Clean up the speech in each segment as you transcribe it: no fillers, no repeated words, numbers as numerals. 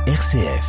RCF.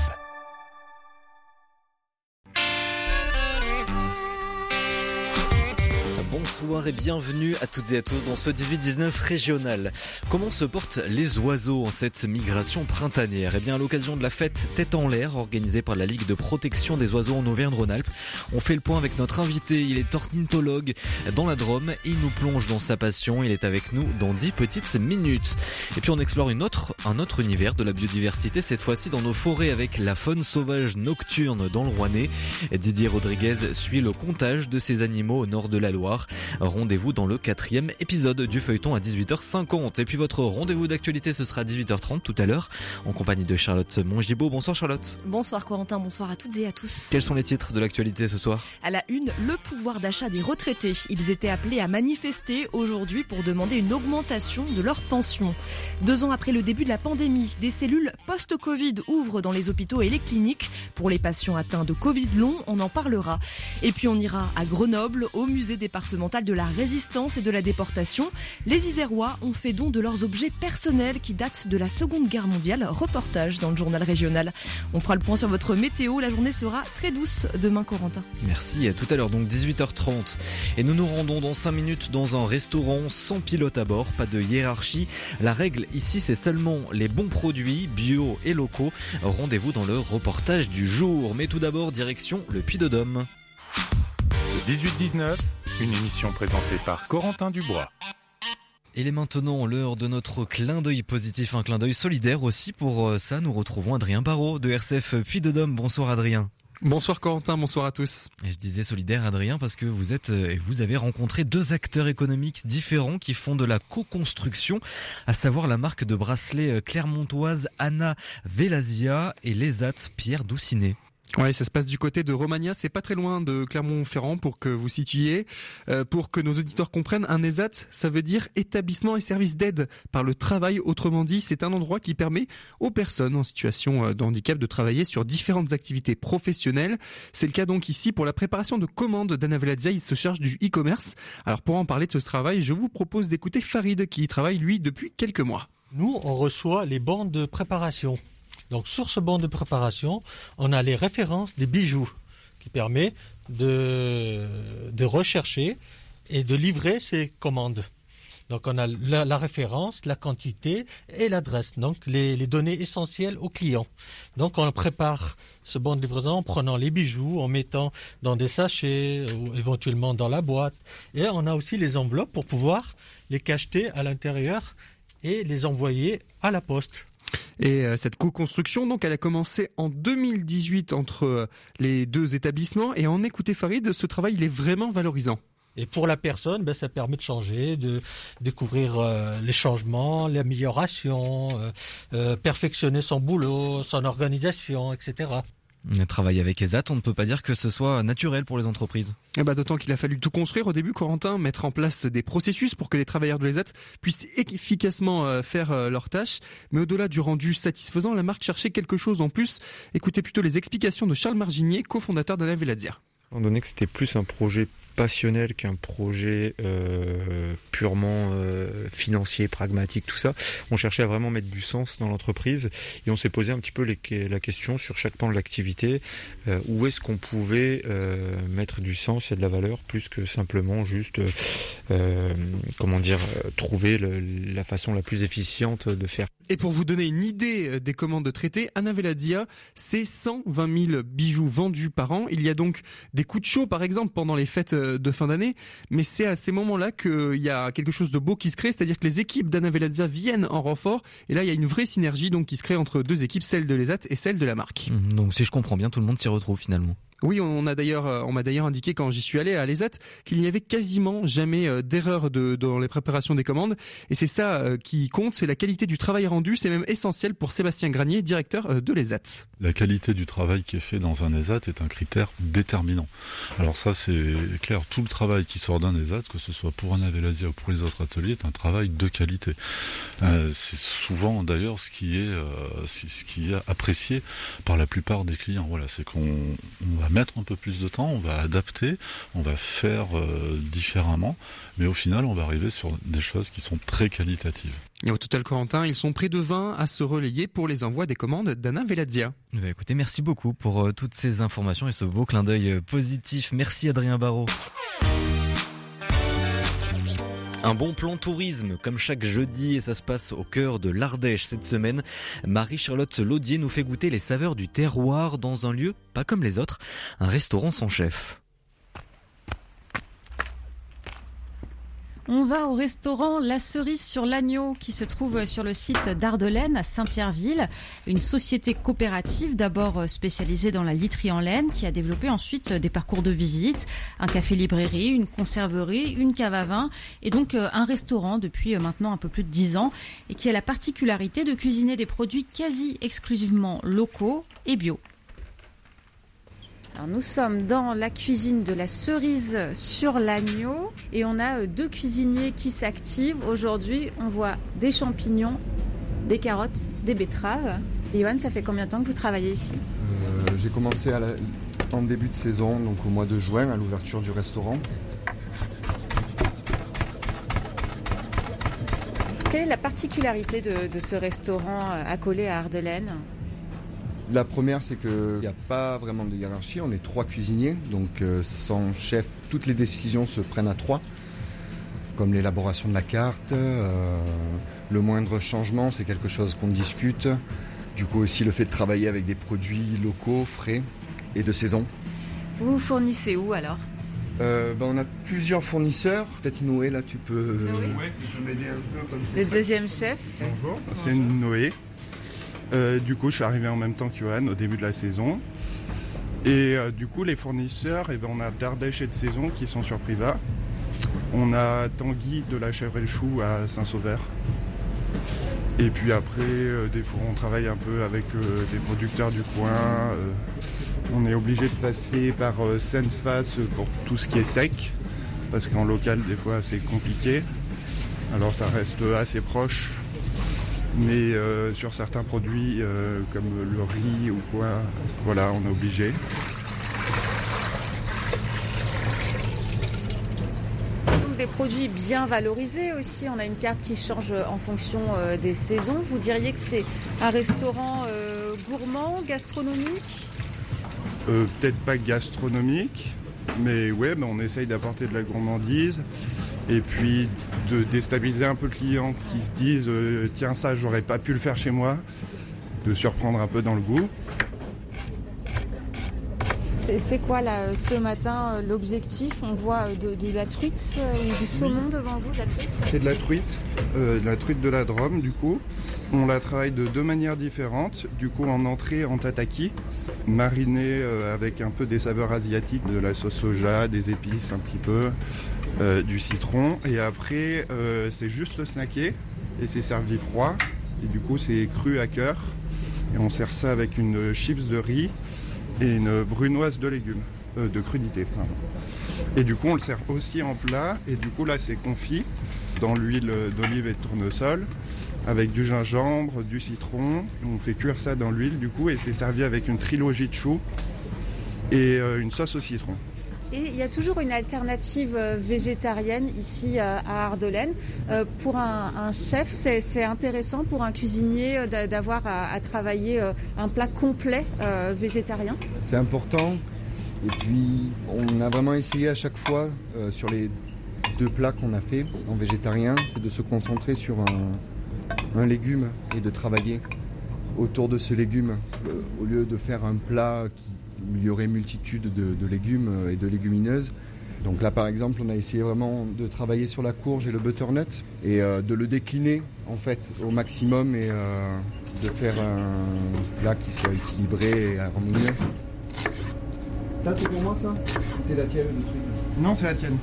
Bonsoir et bienvenue à toutes et à tous dans ce 18-19 régional. Comment se portent les oiseaux en cette migration printanière ? Eh bien, à l'occasion de la fête Tête en l'air organisée par la Ligue de protection des oiseaux en Auvergne-Rhône-Alpes, on fait le point avec notre invité. Il est ornithologue dans la Drôme et il nous plonge dans sa passion. Il est avec nous dans 10 petites minutes. Et puis on explore un autre univers de la biodiversité, cette fois-ci dans nos forêts avec la faune sauvage nocturne dans le Rouennais. Didier Rodriguez suit le comptage de ces animaux au nord de la Loire. Rendez-vous dans le 4e épisode du feuilleton à 18h50. Et puis votre rendez-vous d'actualité, ce sera à 18h30 tout à l'heure, en compagnie de Charlotte Mongibaud. Bonsoir Charlotte. Bonsoir Corentin, bonsoir à toutes et à tous. Quels sont les titres de l'actualité ce soir ? À la une, le pouvoir d'achat des retraités. Ils étaient appelés à manifester aujourd'hui pour demander une augmentation de leur pension. 2 ans après le début de la pandémie, des cellules post-Covid ouvrent dans les hôpitaux et les cliniques. Pour les patients atteints de Covid long, on en parlera. Et puis on ira à Grenoble, au musée départemental de la résistance et de la déportation. Les Isérois ont fait don de leurs objets personnels qui datent de la Seconde Guerre mondiale. Reportage dans le journal régional. On fera le point sur votre météo. La journée sera très douce demain, Corentin. Merci, à tout à l'heure, donc 18h30. Et nous nous rendons dans 5 minutes dans un restaurant sans pilote à bord, pas de hiérarchie. La règle ici, c'est seulement les bons produits bio et locaux. Rendez-vous dans le reportage du jour. Mais tout d'abord, direction le Puy-de-Dôme. 18-19, une émission présentée par Corentin Dubois. Il est maintenant l'heure de notre clin d'œil positif, un clin d'œil solidaire aussi. Pour ça, nous retrouvons Adrien Barraud de RCF Puy-de-Dôme. Bonsoir Adrien. Bonsoir Corentin, bonsoir à tous. Et je disais solidaire Adrien parce que vous avez rencontré 2 acteurs économiques différents qui font de la co-construction, à savoir la marque de bracelets clermontoise Anna Velazia et l'ESAT Pierre Doucinet. Ouais, ça se passe du côté de Romagna, c'est pas très loin de Clermont-Ferrand pour que vous situiez. Pour que nos auditeurs comprennent, un ESAT, ça veut dire établissement et service d'aide par le travail. Autrement dit, c'est un endroit qui permet aux personnes en situation de handicap de travailler sur différentes activités professionnelles. C'est le cas donc ici pour la préparation de commandes d'Anna Velazia. Il se charge du e-commerce. Alors pour en parler de ce travail, je vous propose d'écouter Farid qui y travaille lui depuis quelques mois. Nous, on reçoit les bancs de préparation. Donc sur ce banc de préparation, on a les références des bijoux qui permet de rechercher et de livrer ces commandes. Donc on a la référence, la quantité et l'adresse, donc les données essentielles aux clients. Donc on prépare ce banc de livraison en prenant les bijoux, en mettant dans des sachets ou éventuellement dans la boîte. Et on a aussi les enveloppes pour pouvoir les cacheter à l'intérieur et les envoyer à la poste. Et cette co-construction, donc, elle a commencé en 2018 entre les 2 établissements. Et en écouter Farid, ce travail, il est vraiment valorisant. Et pour la personne, ça permet de changer, de découvrir les changements, l'amélioration, perfectionner son boulot, son organisation, etc. Travailler avec ESAT, on ne peut pas dire que ce soit naturel pour les entreprises. D'autant qu'il a fallu tout construire au début, Corentin, mettre en place des processus pour que les travailleurs de l'ESAT puissent efficacement faire leurs tâches. Mais au-delà du rendu satisfaisant, la marque cherchait quelque chose en plus. Écoutez plutôt les explications de Charles Marginier, cofondateur d'Anna Velazia. Étant donné que c'était plus un projet passionnel qu'un projet purement financier, pragmatique, tout ça, on cherchait à vraiment mettre du sens dans l'entreprise et on s'est posé un petit peu la question sur chaque pan de l'activité, où est-ce qu'on pouvait mettre du sens et de la valeur plus que simplement juste trouver la façon la plus efficiente de faire. Et pour vous donner une idée des commandes de traiter, Anna Velazia, c'est 120 000 bijoux vendus par an. Il y a donc des coups de chaud, par exemple, pendant les fêtes de fin d'année. Mais c'est à ces moments-là qu'il y a quelque chose de beau qui se crée, c'est-à-dire que les équipes d'Anna Velazia viennent en renfort. Et là, il y a une vraie synergie donc qui se crée entre 2 équipes, celle de l'ESAT et celle de la marque. Donc si je comprends bien, tout le monde s'y retrouve finalement. Oui, on m'a d'ailleurs indiqué quand j'y suis allé à l'ESAT qu'il n'y avait quasiment jamais d'erreur dans les préparations des commandes. Et c'est ça qui compte, c'est la qualité du travail rendu. C'est même essentiel pour Sébastien Granier, directeur de l'ESAT. La qualité du travail qui est fait dans un ESAT est un critère déterminant. Alors ça, c'est clair, tout le travail qui sort d'un ESAT, que ce soit pour Anna Velazia ou pour les autres ateliers, est un travail de qualité. C'est souvent d'ailleurs ce qui est apprécié par la plupart des clients. Voilà, c'est qu'on va mettre un peu plus de temps, on va adapter, on va faire différemment, mais au final, on va arriver sur des choses qui sont très qualitatives. Et au total, Corentin, ils sont près de 20 à se relayer pour les envois des commandes d'Anna Velazia. Écoutez, merci beaucoup pour toutes ces informations et ce beau clin d'œil positif. Merci Adrien Barraud. Un bon plan tourisme, comme chaque jeudi, et ça se passe au cœur de l'Ardèche cette semaine. Marie-Charlotte Laudier nous fait goûter les saveurs du terroir dans un lieu pas comme les autres, un restaurant sans chef. On va au restaurant La Cerise sur l'Agneau qui se trouve sur le site d'Ardelaine à Saint-Pierreville. Une société coopérative d'abord spécialisée dans la literie en laine qui a développé ensuite des parcours de visite, un café-librairie, une conserverie, une cave à vin et donc un restaurant depuis maintenant un peu plus de 10 ans et qui a la particularité de cuisiner des produits quasi exclusivement locaux et bio. Alors nous sommes dans la cuisine de La Cerise sur l'Agneau et on a 2 cuisiniers qui s'activent. Aujourd'hui, on voit des champignons, des carottes, des betteraves. Et Johan, ça fait combien de temps que vous travaillez ici ? J'ai commencé en début de saison, donc au mois de juin, à l'ouverture du restaurant. Quelle est la particularité de ce restaurant accolé à Ardelaine ? La première, c'est qu'il n'y a pas vraiment de hiérarchie. On est 3 cuisiniers, donc sans chef, toutes les décisions se prennent à 3. Comme l'élaboration de la carte, le moindre changement, c'est quelque chose qu'on discute. Du coup aussi le fait de travailler avec des produits locaux, frais et de saison. Vous vous fournissez où alors ? On a plusieurs fournisseurs. Peut-être Noé, là tu peux je vais m'aider un peu comme ça. Le deuxième chef. Bonjour, c'est Noé. Du coup, je suis arrivé en même temps que Johan au début de la saison. Et du coup, les fournisseurs, on a d'Ardèche et de Saison qui sont sur Privas. On a Tanguy de la Chèvre et le Chou à Saint-Sauveur. Et puis après, des fois, on travaille un peu avec des producteurs du coin. On est obligé de passer par Seine-Face pour tout ce qui est sec. Parce qu'en local, des fois, c'est compliqué. Alors ça reste assez proche. Mais sur certains produits comme le riz ou quoi, voilà, on est obligé. Donc des produits bien valorisés aussi, on a une carte qui change en fonction des saisons. Vous diriez que c'est un restaurant gourmand, gastronomique ? Peut-être pas gastronomique, mais ouais, on essaye d'apporter de la gourmandise. Et puis de déstabiliser un peu le client qui se dise tiens, ça j'aurais pas pu le faire chez moi, de surprendre un peu dans le goût. C'est quoi là ce matin l'objectif ? On voit de la truite ou du saumon devant vous, de la truite ? C'est de la truite de la Drôme du coup. On la travaille de 2 manières différentes. Du coup en entrée en tataki, marinée avec un peu des saveurs asiatiques, de la sauce soja, des épices un petit peu, du citron. Et après c'est juste snacké et c'est servi froid. Et du coup c'est cru à cœur. Et on sert ça avec une chips de riz et une brunoise de légumes, de crudités. Pardon. Et du coup on le sert aussi en plat. Et du coup là c'est confit dans l'huile d'olive et de tournesol, avec du gingembre, du citron. On fait cuire ça dans l'huile du coup et c'est servi avec une trilogie de choux et une sauce au citron. Et il y a toujours une alternative végétarienne ici à Ardelaine. Pour un chef, c'est intéressant pour un cuisinier d'avoir à travailler un plat complet végétarien. C'est important. Et puis on a vraiment essayé à chaque fois sur les 2 plats qu'on a fait en végétarien, c'est de se concentrer sur un légume et de travailler autour de ce légume au lieu de faire un plat où il y aurait multitude de légumes et de légumineuses. Donc là par exemple on a essayé vraiment de travailler sur la courge et le butternut et de le décliner en fait au maximum et de faire un plat qui soit équilibré et harmonieux. Ça c'est pour moi ça ? C'est la tienne le truc ? Non, c'est la tienne.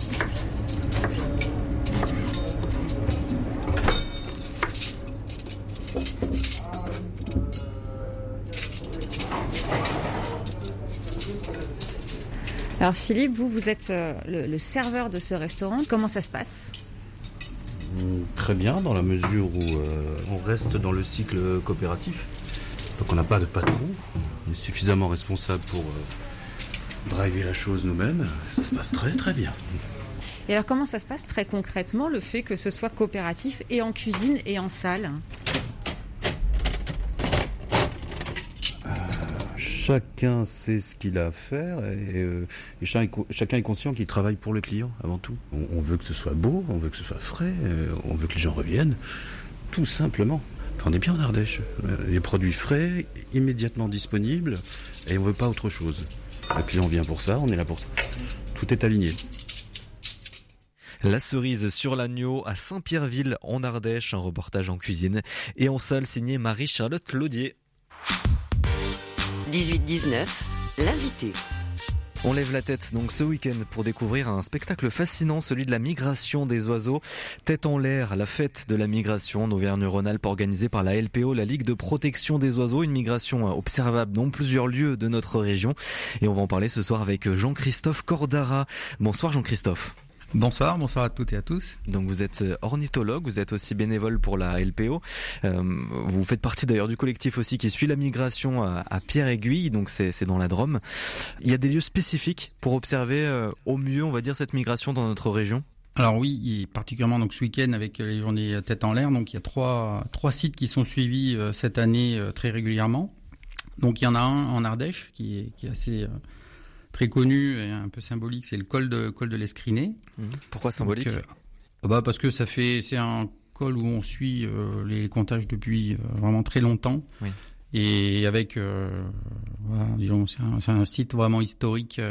Alors Philippe, vous êtes le serveur de ce restaurant. Comment ça se passe ? Très bien, dans la mesure où on reste dans le cycle coopératif. Donc on n'a pas de patron. On est suffisamment responsable pour driver la chose nous-mêmes. Ça se passe très très bien. Et alors comment ça se passe très concrètement, le fait que ce soit coopératif et en cuisine et en salle ? Chacun sait ce qu'il a à faire et chacun est conscient qu'il travaille pour le client avant tout. On veut que ce soit beau, on veut que ce soit frais, on veut que les gens reviennent, tout simplement. On est bien en Ardèche, les produits frais, immédiatement disponibles et on ne veut pas autre chose. Le client vient pour ça, on est là pour ça. Tout est aligné. La cerise sur l'agneau à Saint-Pierreville en Ardèche, un reportage en cuisine et en salle signé Marie-Charlotte Laudier. 18-19, l'invité. On lève la tête donc ce week-end pour découvrir un spectacle fascinant, celui de la migration des oiseaux. Tête en l'air, la fête de la migration en Auvergne-Rhône-Alpes organisée par la LPO, la Ligue de protection des oiseaux. Une migration observable dans plusieurs lieux de notre région. Et on va en parler ce soir avec Jean-Christophe Cordara. Bonsoir Jean-Christophe. Bonsoir à toutes et à tous. Donc vous êtes ornithologue, vous êtes aussi bénévole pour la LPO. Vous faites partie d'ailleurs du collectif aussi qui suit la migration à Pierre-Aiguille, donc c'est dans la Drôme. Il y a des lieux spécifiques pour observer au mieux, on va dire, cette migration dans notre région ? Alors oui, et particulièrement donc ce week-end avec les journées tête en l'air, donc il y a trois sites qui sont suivis cette année très régulièrement. Donc il y en a un en Ardèche qui est assez très connu et un peu symbolique, c'est le col de l'Escriné. Pourquoi symbolique ? Donc, parce que c'est un col où on suit les comptages depuis vraiment très longtemps. Oui. Et avec, disons, c'est un site vraiment historique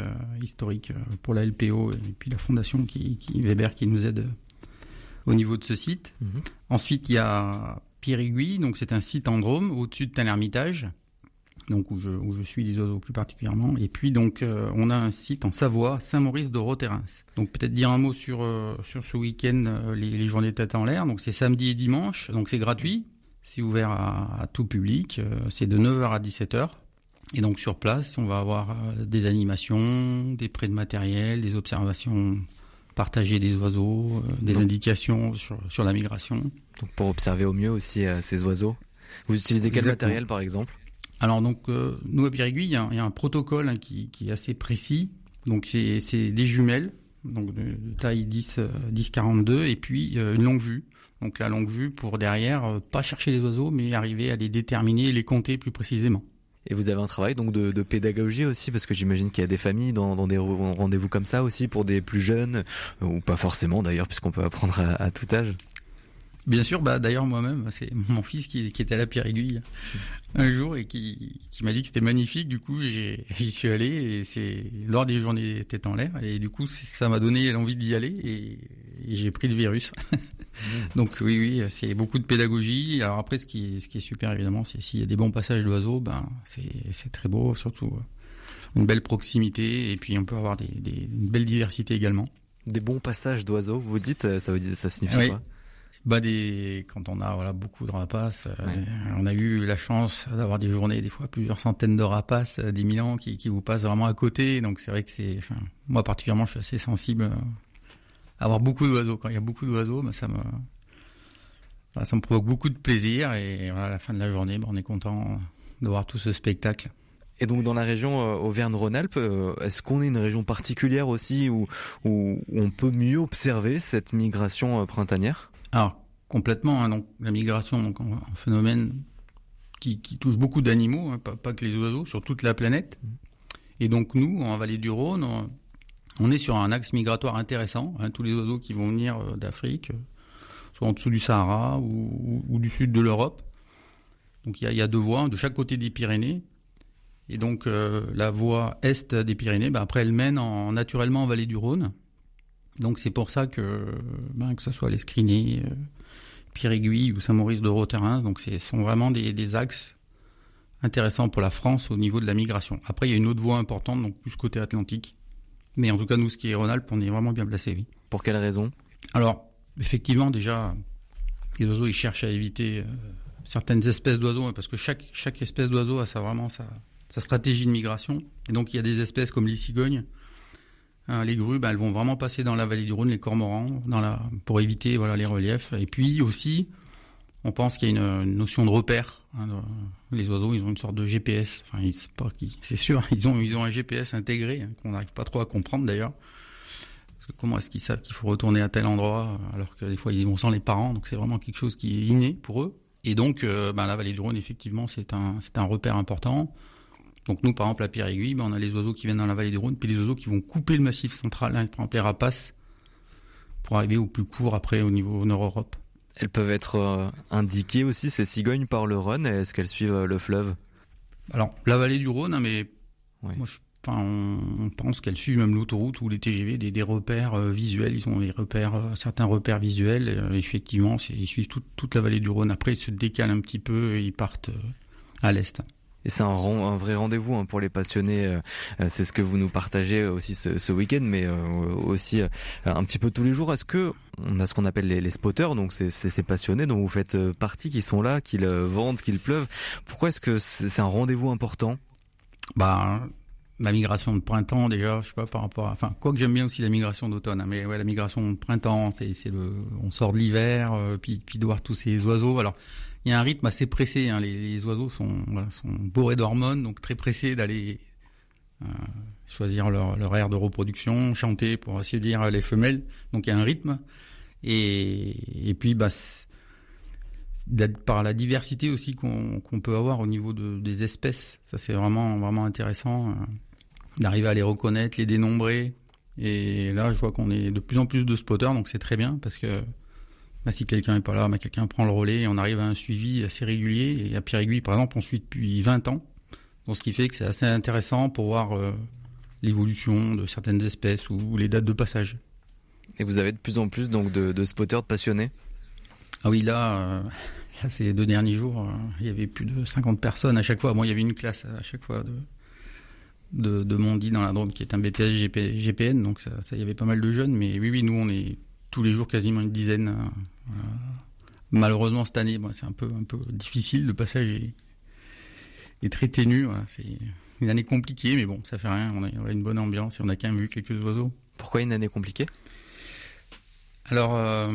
pour la LPO et puis la fondation qui Weber qui nous aide au niveau de ce site. Ensuite, il y a Pierre-Aiguille, donc c'est un site en Drôme au-dessus de Tain-l'Hermitage. Donc où je suis les oiseaux plus particulièrement. Et puis donc on a un site en Savoie, Saint-Maurice-de-Rothérens. Donc peut-être dire un mot sur ce week-end, les journées tête en l'air. Donc c'est samedi et dimanche, donc c'est gratuit, c'est ouvert à tout public, c'est de 9h à 17h. Et donc sur place, on va avoir des animations, des prêts de matériel, des observations partagées des oiseaux, des indications sur la migration. Donc pour observer au mieux aussi ces oiseaux, vous utilisez quel matériel par exemple ? Alors donc nous à Pierre-Aiguille, il y a un protocole qui est assez précis. Donc c'est des jumelles, donc de taille 10-42 et puis une longue vue. Donc la longue vue pour derrière pas chercher les oiseaux mais arriver à les déterminer et les compter plus précisément. Et vous avez un travail donc de pédagogie aussi, parce que j'imagine qu'il y a des familles dans des rendez-vous comme ça aussi pour des plus jeunes, ou pas forcément d'ailleurs, puisqu'on peut apprendre à tout âge. Bien sûr, d'ailleurs moi-même, c'est mon fils qui était à la Pierre-Aiguille un jour et qui m'a dit que c'était magnifique. Du coup, j'y suis allé et c'est lors des journées tête en l'air et du coup ça m'a donné l'envie d'y aller et j'ai pris le virus. Donc oui, c'est beaucoup de pédagogie. Alors après, ce qui est super évidemment, c'est s'il y a des bons passages d'oiseaux, c'est très beau, surtout une belle proximité et puis on peut avoir une belle diversité également. Des bons passages d'oiseaux, vous dites, ça signifie quoi ? Quand on a beaucoup de rapaces, on a eu la chance d'avoir des journées, des fois plusieurs centaines de rapaces, des milans qui vous passent vraiment à côté. Donc c'est vrai que moi particulièrement, je suis assez sensible à avoir beaucoup d'oiseaux. Quand il y a beaucoup d'oiseaux, ça me provoque beaucoup de plaisir. Et à la fin de la journée, on est content de voir tout ce spectacle. Et donc dans la région Auvergne-Rhône-Alpes, est-ce qu'on est une région particulière aussi où on peut mieux observer cette migration printanière ? Alors, complètement, donc la migration, donc un phénomène qui touche beaucoup d'animaux, pas que les oiseaux, sur toute la planète. Et donc nous, en vallée du Rhône, on est sur un axe migratoire intéressant. Tous les oiseaux qui vont venir d'Afrique, soit en dessous du Sahara ou du sud de l'Europe. Donc il y a deux voies, de chaque côté des Pyrénées. Et donc la voie est des Pyrénées, après elle mène naturellement en vallée du Rhône. Donc c'est pour ça que ce soit l'Escriné, Pierre-Aiguille ou Saint-Maurice-de-Rothérens, donc ce sont vraiment des axes intéressants pour la France au niveau de la migration. Après il y a une autre voie importante, donc plus côté Atlantique. Mais en tout cas nous, ce qui est Rhône-Alpes, on est vraiment bien placé, oui. Pour quelle raison ? Alors effectivement déjà, les oiseaux ils cherchent à éviter certaines espèces d'oiseaux, parce que chaque espèce d'oiseau a sa stratégie de migration. Et donc il y a des espèces comme les cigognes. Les grues, elles vont vraiment passer dans la vallée du Rhône, les cormorans, pour éviter les reliefs. Et puis aussi, on pense qu'il y a une notion de repère. Les oiseaux, ils ont une sorte de GPS. C'est sûr, ils ont un GPS intégré qu'on n'arrive pas trop à comprendre d'ailleurs. Parce comment est-ce qu'ils savent qu'il faut retourner à tel endroit, alors que des fois ils vont sans les parents, donc c'est vraiment quelque chose qui est inné pour eux. Et donc, la vallée du Rhône, effectivement, c'est un repère important. Donc nous, par exemple, à Pierre-Aiguille, on a les oiseaux qui viennent dans la vallée du Rhône, puis les oiseaux qui vont couper le massif central, par exemple les rapaces, pour arriver au plus court après au niveau Nord-Europe. Elles peuvent être indiquées aussi, ces cigognes, par le Rhône. Est-ce qu'elles suivent le fleuve ? Alors, la vallée du Rhône, mais moi, on pense qu'elles suivent même l'autoroute ou les TGV, des repères visuels. Ils ont des repères, certains repères visuels. Effectivement, ils suivent toute la vallée du Rhône. Après, ils se décalent un petit peu et ils partent à l'est. Et c'est un vrai rendez-vous pour les passionnés. C'est ce que vous nous partagez aussi ce week-end, mais aussi un petit peu tous les jours. Est-ce que on a ce qu'on appelle les spotters, donc ces passionnés dont vous faites partie, qui sont là, qui le vendent, qu'il pleuve. Pourquoi est-ce que c'est un rendez-vous important ? La migration de printemps, déjà, je sais pas par rapport à... Enfin, quoi que j'aime bien aussi la migration d'automne, mais ouais, la migration de printemps, on sort de l'hiver, puis de voir tous ces oiseaux. Alors, il y a un rythme assez pressé, les oiseaux sont bourrés d'hormones, donc très pressés d'aller choisir leur aire de reproduction, chanter pour ainsi dire les femelles. Donc il y a un rythme, et puis par la diversité aussi qu'on peut avoir au niveau des espèces, ça c'est vraiment intéressant d'arriver à les reconnaître, les dénombrer. Et là, je vois qu'on est de plus en plus de spotters, donc c'est très bien parce que si quelqu'un n'est pas là, quelqu'un prend le relais et on arrive à un suivi assez régulier. Et à Pierre-Aiguille, par exemple, on suit depuis 20 ans. Donc, ce qui fait que c'est assez intéressant pour voir l'évolution de certaines espèces ou les dates de passage. Et vous avez de plus en plus donc de spotters, de passionnés ? Ah oui, là ces 2 derniers jours, il y avait plus de 50 personnes à chaque fois. Bon, il y avait une classe à chaque fois de Mondi dans la Drôme qui est un BTS GPN. Donc, ça, il y avait pas mal de jeunes. Mais oui, nous, on est tous les jours quasiment une dizaine. Malheureusement cette année, c'est un peu difficile, le passage est très ténu. Voilà. C'est une année compliquée, mais bon, ça fait rien. On a une bonne ambiance et on a quand même vu quelques oiseaux. Pourquoi une année compliquée ? Alors,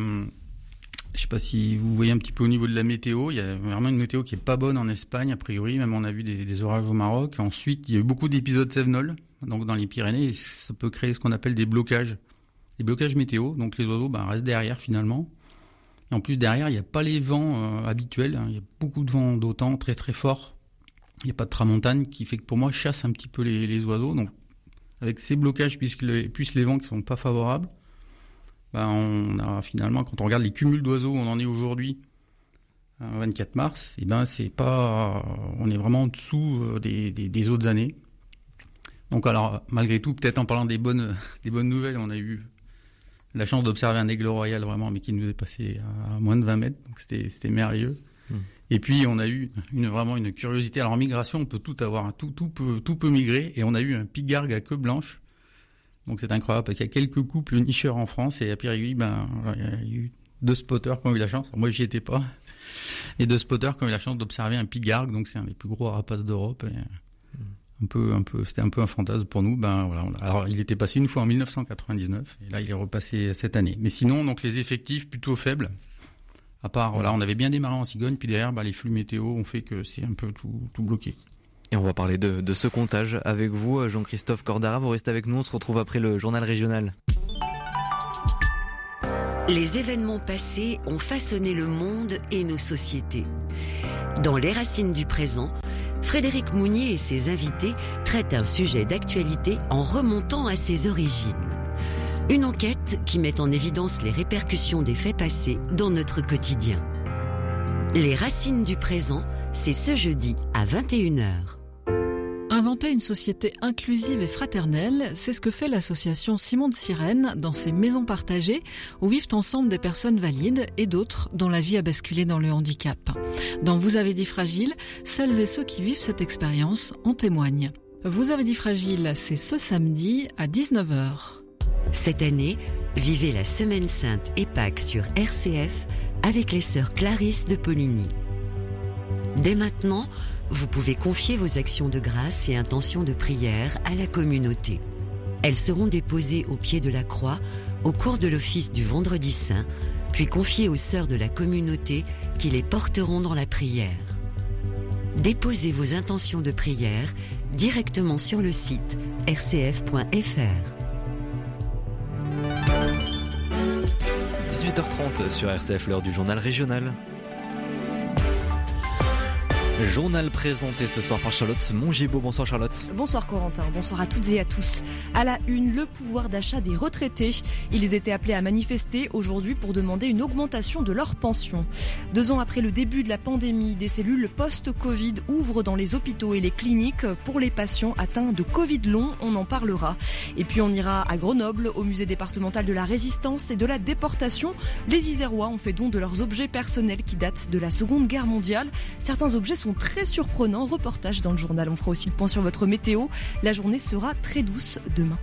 je sais pas si vous voyez un petit peu au niveau de la météo. Il y a vraiment une météo qui est pas bonne en Espagne a priori. Même on a vu des orages au Maroc. Ensuite, il y a eu beaucoup d'épisodes Cévenol, donc dans les Pyrénées. Et ça peut créer ce qu'on appelle des blocages. Les blocages météo, donc les oiseaux restent derrière finalement. Et en plus derrière, il n'y a pas les vents habituels, il y a beaucoup de vents d'autant très très forts. Il n'y a pas de tramontane qui fait que pour moi chasse un petit peu les oiseaux. Donc avec ces blocages, plus les vents qui sont pas favorables, on a finalement, quand on regarde les cumuls d'oiseaux où on en est aujourd'hui, 24 mars, c'est pas, on est vraiment en dessous des autres années. Donc alors malgré tout, peut-être en parlant des bonnes nouvelles, on a eu la chance d'observer un aigle royal vraiment, mais qui nous est passé à moins de 20 mètres, donc c'était merveilleux. Et puis on a eu vraiment une curiosité. Alors en migration, on peut tout avoir, tout peut migrer, et on a eu un pigargue à queue blanche. Donc c'est incroyable parce qu'il y a quelques couples nicheurs en France, et à Pierre-Aiguille, il y a eu 2 spotters qui ont eu la chance. Alors, moi j'y étais pas. Et 2 spotters qui ont eu la chance d'observer un pigargue, donc c'est un des plus gros rapaces d'Europe. Et c'était un peu un fantasme pour nous. Alors il était passé une fois en 1999 et là il est repassé cette année. Mais sinon, donc les effectifs plutôt faibles. À part, on avait bien démarré en cigogne, puis derrière, les flux météo ont fait que c'est un peu tout bloqué. Et on va parler de ce comptage avec vous, Jean-Christophe Cordara. Vous restez avec nous, on se retrouve après le journal régional. Les événements passés ont façonné le monde et nos sociétés. Dans Les Racines du présent, Frédéric Mounier et ses invités traitent un sujet d'actualité en remontant à ses origines. Une enquête qui met en évidence les répercussions des faits passés dans notre quotidien. Les Racines du présent, c'est ce jeudi à 21h. Inventer une société inclusive et fraternelle, c'est ce que fait l'association Simon de Sirène dans ses maisons partagées où vivent ensemble des personnes valides et d'autres dont la vie a basculé dans le handicap. Dans Vous avez dit fragile, celles et ceux qui vivent cette expérience en témoignent. Vous avez dit fragile, c'est ce samedi à 19h. Cette année, vivez la Semaine Sainte et Pâques sur RCF avec les sœurs Clarisse de Poligny. Dès maintenant, vous pouvez confier vos actions de grâce et intentions de prière à la communauté. Elles seront déposées au pied de la croix au cours de l'office du Vendredi Saint, puis confiées aux sœurs de la communauté qui les porteront dans la prière. Déposez vos intentions de prière directement sur le site rcf.fr. 7h30 sur RCF, l'heure du journal régional. Journal présenté ce soir par Charlotte Mongibaud. Bonsoir Charlotte. Bonsoir Corentin, bonsoir à toutes et à tous. À la une, le pouvoir d'achat des retraités. Ils étaient appelés à manifester aujourd'hui pour demander une augmentation de leur pension. 2 ans après le début de la pandémie, des cellules post-Covid ouvrent dans les hôpitaux et les cliniques pour les patients atteints de Covid long. On en parlera. Et puis on ira à Grenoble, au musée départemental de la Résistance et de la déportation. Les Isérois ont fait don de leurs objets personnels qui datent de la Seconde Guerre mondiale. Certains objets sont très surprenants. Reportage dans le journal. On fera aussi le point sur votre météo. La journée sera très douce demain.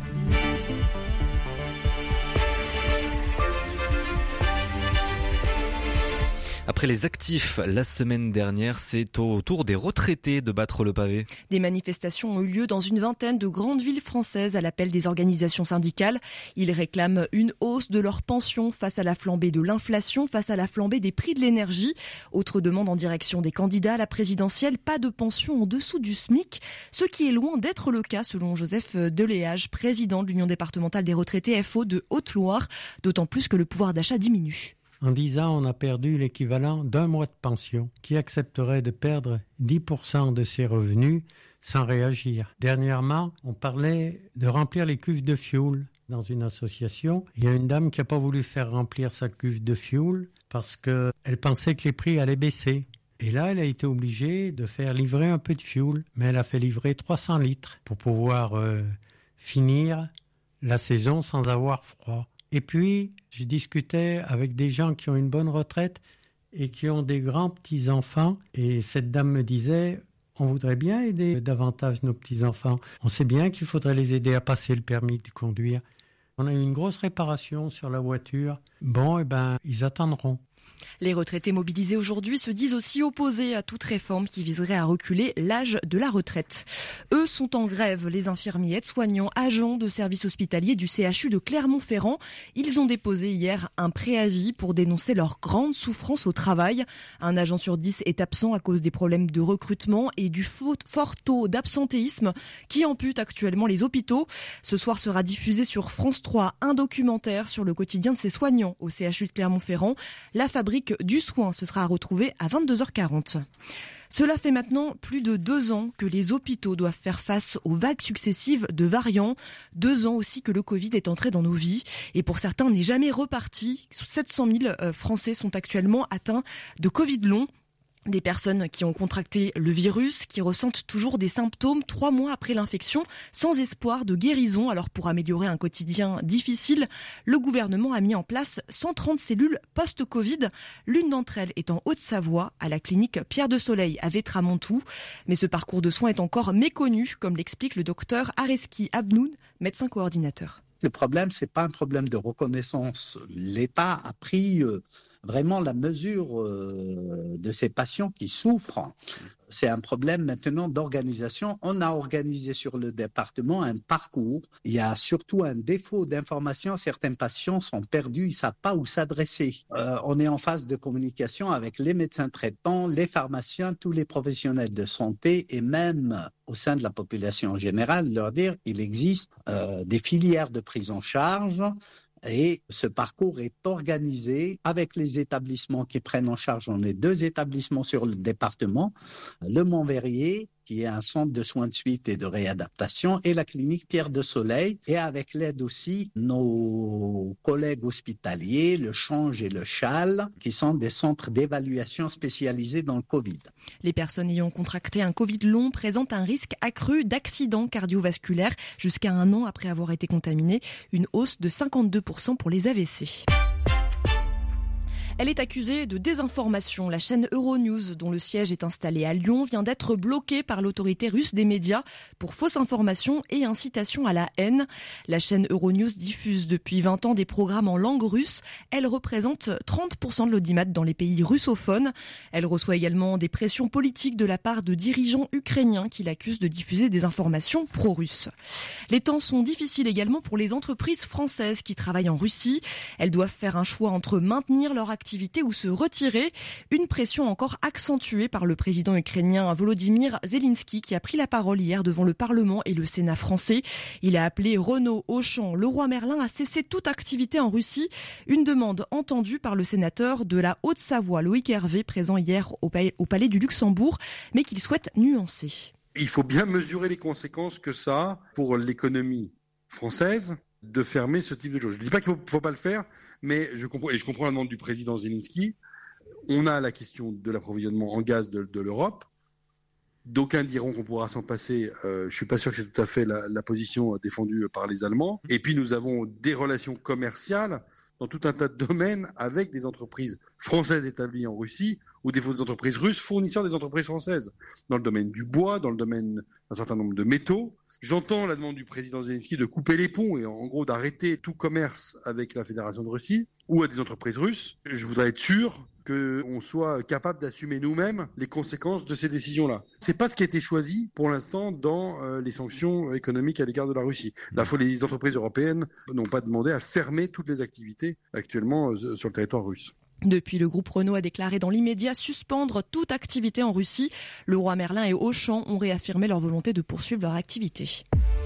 Après les actifs la semaine dernière, c'est au tour des retraités de battre le pavé. Des manifestations ont eu lieu dans une vingtaine de grandes villes françaises à l'appel des organisations syndicales. Ils réclament une hausse de leurs pensions face à la flambée de l'inflation, face à la flambée des prix de l'énergie. Autre demande en direction des candidats à la présidentielle, pas de pension en dessous du SMIC, ce qui est loin d'être le cas selon Joseph Deléage, président de l'Union départementale des retraités FO de Haute-Loire, d'autant plus que le pouvoir d'achat diminue. En 10 ans, on a perdu l'équivalent d'un mois de pension. Qui accepterait de perdre 10% de ses revenus sans réagir? Dernièrement, on parlait de remplir les cuves de fioul dans une association. Il y a une dame qui n'a pas voulu faire remplir sa cuve de fioul parce qu'elle pensait que les prix allaient baisser. Et là, elle a été obligée de faire livrer un peu de fioul, mais elle a fait livrer 300 litres pour pouvoir finir la saison sans avoir froid. Et puis, je discutais avec des gens qui ont une bonne retraite et qui ont des grands petits-enfants. Et cette dame me disait, on voudrait bien aider davantage nos petits-enfants. On sait bien qu'il faudrait les aider à passer le permis de conduire. On a eu une grosse réparation sur la voiture. Bon, ils attendront. Les retraités mobilisés aujourd'hui se disent aussi opposés à toute réforme qui viserait à reculer l'âge de la retraite. Eux sont en grève, les infirmiers, aides-soignants, agents de services hospitaliers du CHU de Clermont-Ferrand. Ils ont déposé hier un préavis pour dénoncer leur grande souffrance au travail. Un agent sur 10 est absent à cause des problèmes de recrutement et du fort taux d'absentéisme qui ampute actuellement les hôpitaux. Ce soir sera diffusé sur France 3 un documentaire sur le quotidien de ces soignants au CHU de Clermont-Ferrand. La fabrique du soin, ce sera à retrouver à 22h40. Cela fait maintenant plus de 2 ans que les hôpitaux doivent faire face aux vagues successives de variants. 2 ans aussi que le Covid est entré dans nos vies et pour certains n'est jamais reparti. 700 000 Français sont actuellement atteints de Covid long. Des personnes qui ont contracté le virus, qui ressentent toujours des symptômes 3 mois après l'infection, sans espoir de guérison. Alors pour améliorer un quotidien difficile, le gouvernement a mis en place 130 cellules post-Covid. L'une d'entre elles est en Haute-Savoie, à la clinique Pierre de Soleil à Vétramontou. Mais ce parcours de soins est encore méconnu, comme l'explique le docteur Areski Abnoun, médecin coordinateur. Le problème, c'est pas un problème de reconnaissance. L'État a pris vraiment la mesure de ces patients qui souffrent. C'est un problème maintenant d'organisation. On a organisé sur le département un parcours. Il y a surtout un défaut d'information. Certains patients sont perdus, ils ne savent pas où s'adresser. On est en phase de communication avec les médecins traitants, les pharmaciens, tous les professionnels de santé et même au sein de la population en général, leur dire qu'il existe des filières de prise en charge. Et ce parcours est organisé avec les établissements qui prennent en charge. On est 2 établissements sur le département, le Montverrier, qui est un centre de soins de suite et de réadaptation, et la clinique Pierre de Soleil, et avec l'aide aussi nos collègues hospitaliers, le Change et le Chal, qui sont des centres d'évaluation spécialisés dans le Covid. Les personnes ayant contracté un Covid long présentent un risque accru d'accident cardiovasculaire jusqu'à 1 an après avoir été contaminées, une hausse de 52% pour les AVC. Elle est accusée de désinformation. La chaîne Euronews, dont le siège est installé à Lyon, vient d'être bloquée par l'autorité russe des médias pour fausse information et incitation à la haine. La chaîne Euronews diffuse depuis 20 ans des programmes en langue russe. Elle représente 30% de l'audimat dans les pays russophones. Elle reçoit également des pressions politiques de la part de dirigeants ukrainiens qui l'accusent de diffuser des informations pro-russes. Les temps sont difficiles également pour les entreprises françaises qui travaillent en Russie. Elles doivent faire un choix entre maintenir leur activité l'activité ou se retirer. Une pression encore accentuée par le président ukrainien Volodymyr Zelensky qui a pris la parole hier devant le Parlement et le Sénat français. Il a appelé Renault, Auchan, Leroy Merlin à cesser toute activité en Russie. Une demande entendue par le sénateur de la Haute-Savoie, Loïc Hervé, présent hier au Palais du Luxembourg, mais qu'il souhaite nuancer. Il faut bien mesurer les conséquences que ça a pour l'économie française de fermer ce type de choses. Je ne dis pas qu'il ne faut pas le faire, mais je comprends la demande du président Zelensky. On a la question de l'approvisionnement en gaz de l'Europe. D'aucuns diront qu'on pourra s'en passer. Je ne suis pas sûr que c'est tout à fait la position défendue par les Allemands. Et puis nous avons des relations commerciales dans tout un tas de domaines avec des entreprises françaises établies en Russie ou des entreprises russes fournisseurs des entreprises françaises. Dans le domaine du bois, dans le domaine d'un certain nombre de métaux. J'entends la demande du président Zelensky de couper les ponts et en gros d'arrêter tout commerce avec la Fédération de Russie ou à des entreprises russes. Je voudrais être sûr qu'on soit capable d'assumer nous-mêmes les conséquences de ces décisions-là. C'est pas ce qui a été choisi pour l'instant dans les sanctions économiques à l'égard de la Russie. Là, les entreprises européennes n'ont pas demandé à fermer toutes les activités actuellement sur le territoire russe. Depuis, le groupe Renault a déclaré dans l'immédiat suspendre toute activité en Russie. Leroy Merlin et Auchan ont réaffirmé leur volonté de poursuivre leur activité.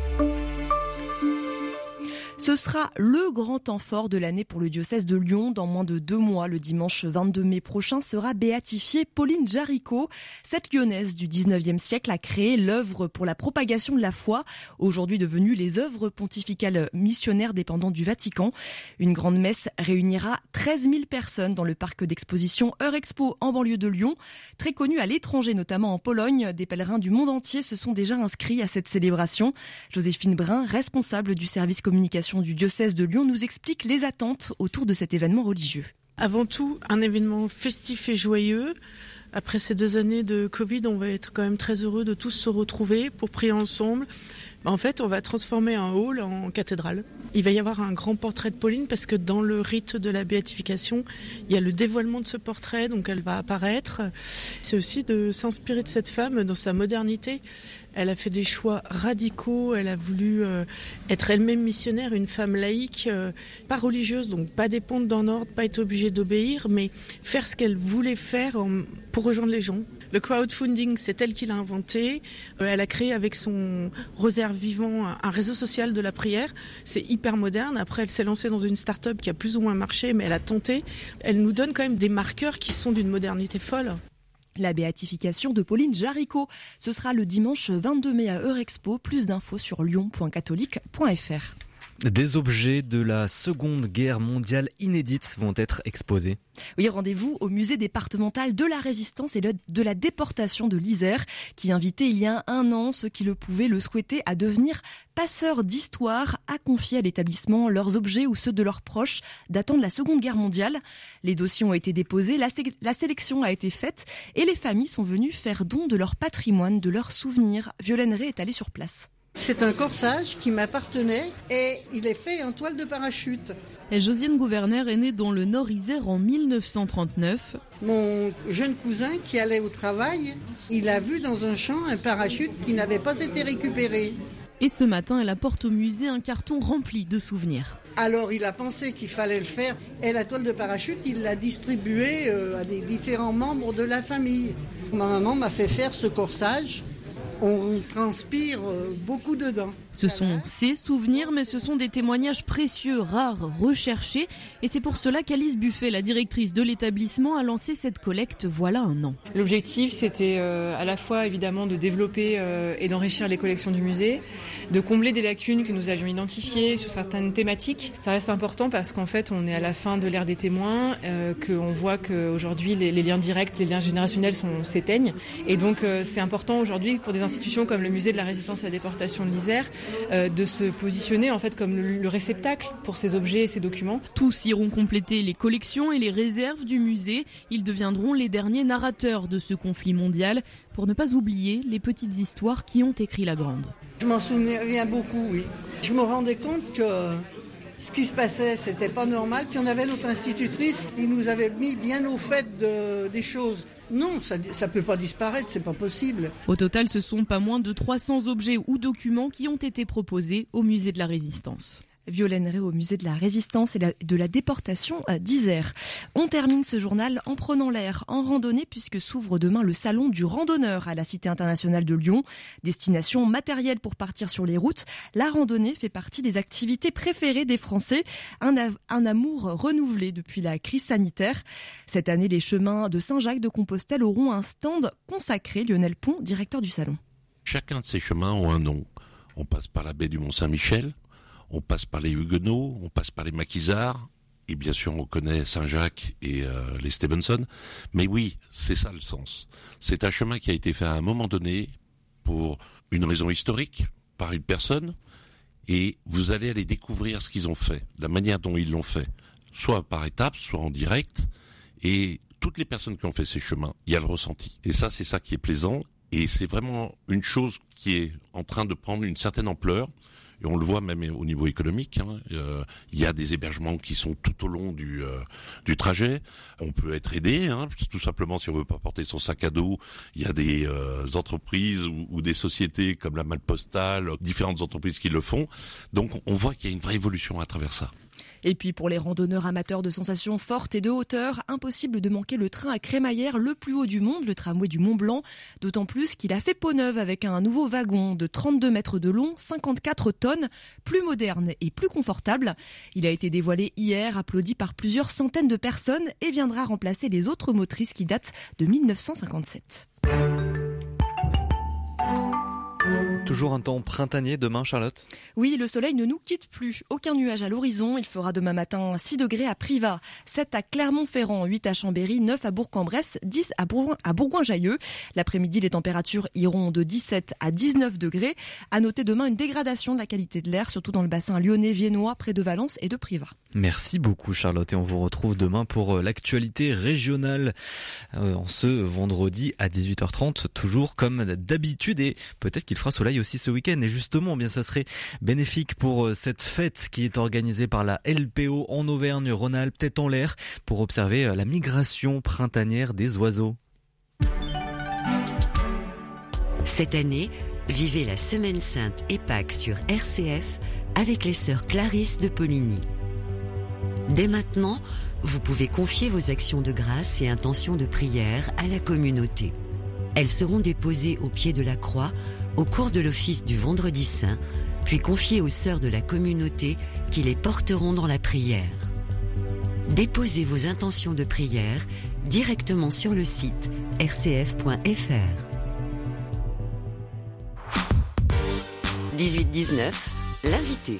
Ce sera le grand temps fort de l'année pour le diocèse de Lyon. Dans moins de 2 mois, le dimanche 22 mai prochain, sera béatifiée Pauline Jaricot. Cette lyonnaise du 19e siècle a créé l'œuvre pour la propagation de la foi, aujourd'hui devenue les œuvres pontificales missionnaires dépendant du Vatican. Une grande messe réunira 13 000 personnes dans le parc d'exposition Eurexpo en banlieue de Lyon. Très connue à l'étranger, notamment en Pologne, des pèlerins du monde entier se sont déjà inscrits à cette célébration. Joséphine Brun, responsable du service communication du diocèse de Lyon, nous explique les attentes autour de cet événement religieux. Avant tout, un événement festif et joyeux. Après ces 2 années de Covid, on va être quand même très heureux de tous se retrouver pour prier ensemble. En fait, on va transformer un hall en cathédrale. Il va y avoir un grand portrait de Pauline parce que dans le rite de la béatification, il y a le dévoilement de ce portrait, donc elle va apparaître. C'est aussi de s'inspirer de cette femme dans sa modernité. Elle a fait des choix radicaux, elle a voulu être elle-même missionnaire, une femme laïque, pas religieuse, donc pas dépendre d'un ordre, pas être obligée d'obéir, mais faire ce qu'elle voulait faire pour rejoindre les gens. Le crowdfunding, c'est elle qui l'a inventé. Elle a créé avec son rosaire vivant un réseau social de la prière. C'est hyper moderne. Après, elle s'est lancée dans une start-up qui a plus ou moins marché, mais elle a tenté. Elle nous donne quand même des marqueurs qui sont d'une modernité folle. La béatification de Pauline Jaricot, ce sera le dimanche 22 mai à Eurexpo. Plus d'infos sur lyon.catholique.fr. Des objets de la Seconde Guerre mondiale inédites vont être exposés. Oui, rendez-vous au musée départemental de la Résistance et de la déportation de l'Isère, qui invitait il y a 1 an ceux qui le pouvaient le souhaiter à devenir passeurs d'histoire, à confier à l'établissement leurs objets ou ceux de leurs proches datant de la Seconde Guerre mondiale. Les dossiers ont été déposés, la sélection a été faite et les familles sont venues faire don de leur patrimoine, de leurs souvenirs. Violaine Ray est allée sur place. C'est un corsage qui m'appartenait et il est fait en toile de parachute. Et Josiane Gouverner est née dans le Nord-Isère en 1939. Mon jeune cousin qui allait au travail, il a vu dans un champ un parachute qui n'avait pas été récupéré. Et ce matin, elle apporte au musée un carton rempli de souvenirs. Alors il a pensé qu'il fallait le faire et la toile de parachute, il l'a distribuée à des différents membres de la famille. Ma maman m'a fait faire ce corsage. On transpire beaucoup dedans. Ce sont ses souvenirs, mais ce sont des témoignages précieux, rares, recherchés. Et c'est pour cela qu'Alice Buffet, la directrice de l'établissement, a lancé cette collecte voilà 1 an. L'objectif, c'était à la fois évidemment de développer et d'enrichir les collections du musée, de combler des lacunes que nous avions identifiées sur certaines thématiques. Ça reste important parce qu'en fait, on est à la fin de l'ère des témoins, qu'on voit qu'aujourd'hui, les liens directs, les liens générationnels s'éteignent. Et donc, c'est important aujourd'hui pour des institutions comme le musée de la Résistance et la déportation de l'Isère de se positionner en fait comme le réceptacle pour ces objets et ces documents. Tous iront compléter les collections et les réserves du musée. Ils deviendront les derniers narrateurs de ce conflit mondial pour ne pas oublier les petites histoires qui ont écrit la grande. Je m'en souviens beaucoup, oui. Je me rendais compte que ce qui se passait, c'était pas normal. Puis on avait notre institutrice qui nous avait mis bien au fait des choses. Non, ça peut pas disparaître, c'est pas possible. Au total, ce sont pas moins de 300 objets ou documents qui ont été proposés au musée de la Résistance. Violaine Rey au musée de la Résistance et de la déportation d'Isère. On termine ce journal en prenant l'air, en randonnée, puisque s'ouvre demain le salon du randonneur à la Cité internationale de Lyon. Destination matérielle pour partir sur les routes, la randonnée fait partie des activités préférées des Français. Un amour renouvelé depuis la crise sanitaire. Cette année, les chemins de Saint-Jacques-de-Compostelle auront un stand consacré. Lionel Pont, directeur du salon. Chacun de ces chemins ont un nom. On passe par la baie du Mont-Saint-Michel, on passe par les Huguenots, on passe par les Maquisards, et bien sûr on connaît Saint-Jacques et les Stevenson. Mais oui, c'est ça le sens. C'est un chemin qui a été fait à un moment donné pour une raison historique, par une personne, et vous allez aller découvrir ce qu'ils ont fait, la manière dont ils l'ont fait, soit par étapes, soit en direct, et toutes les personnes qui ont fait ces chemins, il y a le ressenti. Et ça, c'est ça qui est plaisant, et c'est vraiment une chose qui est en train de prendre une certaine ampleur. Et on le voit même au niveau économique. Il y a des hébergements qui sont tout au long du trajet. On peut être aidé, tout simplement si on veut pas porter son sac à dos. Il y a des entreprises ou des sociétés comme la Malle Postale, différentes entreprises qui le font. Donc on voit qu'il y a une vraie évolution à travers ça. Et puis pour les randonneurs amateurs de sensations fortes et de hauteur, impossible de manquer le train à crémaillère le plus haut du monde, le tramway du Mont Blanc, d'autant plus qu'il a fait peau neuve avec un nouveau wagon de 32 mètres de long, 54 tonnes, plus moderne et plus confortable. Il a été dévoilé hier, applaudi par plusieurs centaines de personnes et viendra remplacer les autres motrices qui datent de 1957. Toujours un temps printanier demain, Charlotte ? Oui, le soleil ne nous quitte plus. Aucun nuage à l'horizon. Il fera demain matin 6 degrés à Privas, 7 à Clermont-Ferrand, 8 à Chambéry, 9 à Bourg-en-Bresse, 10 à Bourgoin-Jallieu. L'après-midi, les températures iront de 17 à 19 degrés. À noter demain une dégradation de la qualité de l'air, surtout dans le bassin lyonnais, viennois, près de Valence et de Privas. Merci beaucoup Charlotte et on vous retrouve demain pour l'actualité régionale en ce vendredi à 18h30, toujours comme d'habitude, et peut-être qu'il fera soleil aussi ce week-end. Et justement, bien ça serait bénéfique pour cette fête qui est organisée par la LPO en Auvergne-Rhône-Alpes, tête en l'air, pour observer la migration printanière des oiseaux. Cette année, vivez la Semaine Sainte et Pâques sur RCF avec les sœurs Clarisse de Poligny. Dès maintenant, vous pouvez confier vos actions de grâce et intentions de prière à la communauté. Elles seront déposées au pied de la croix au cours de l'office du Vendredi Saint, puis confiées aux sœurs de la communauté qui les porteront dans la prière. Déposez vos intentions de prière directement sur le site rcf.fr. 18-19, l'invité.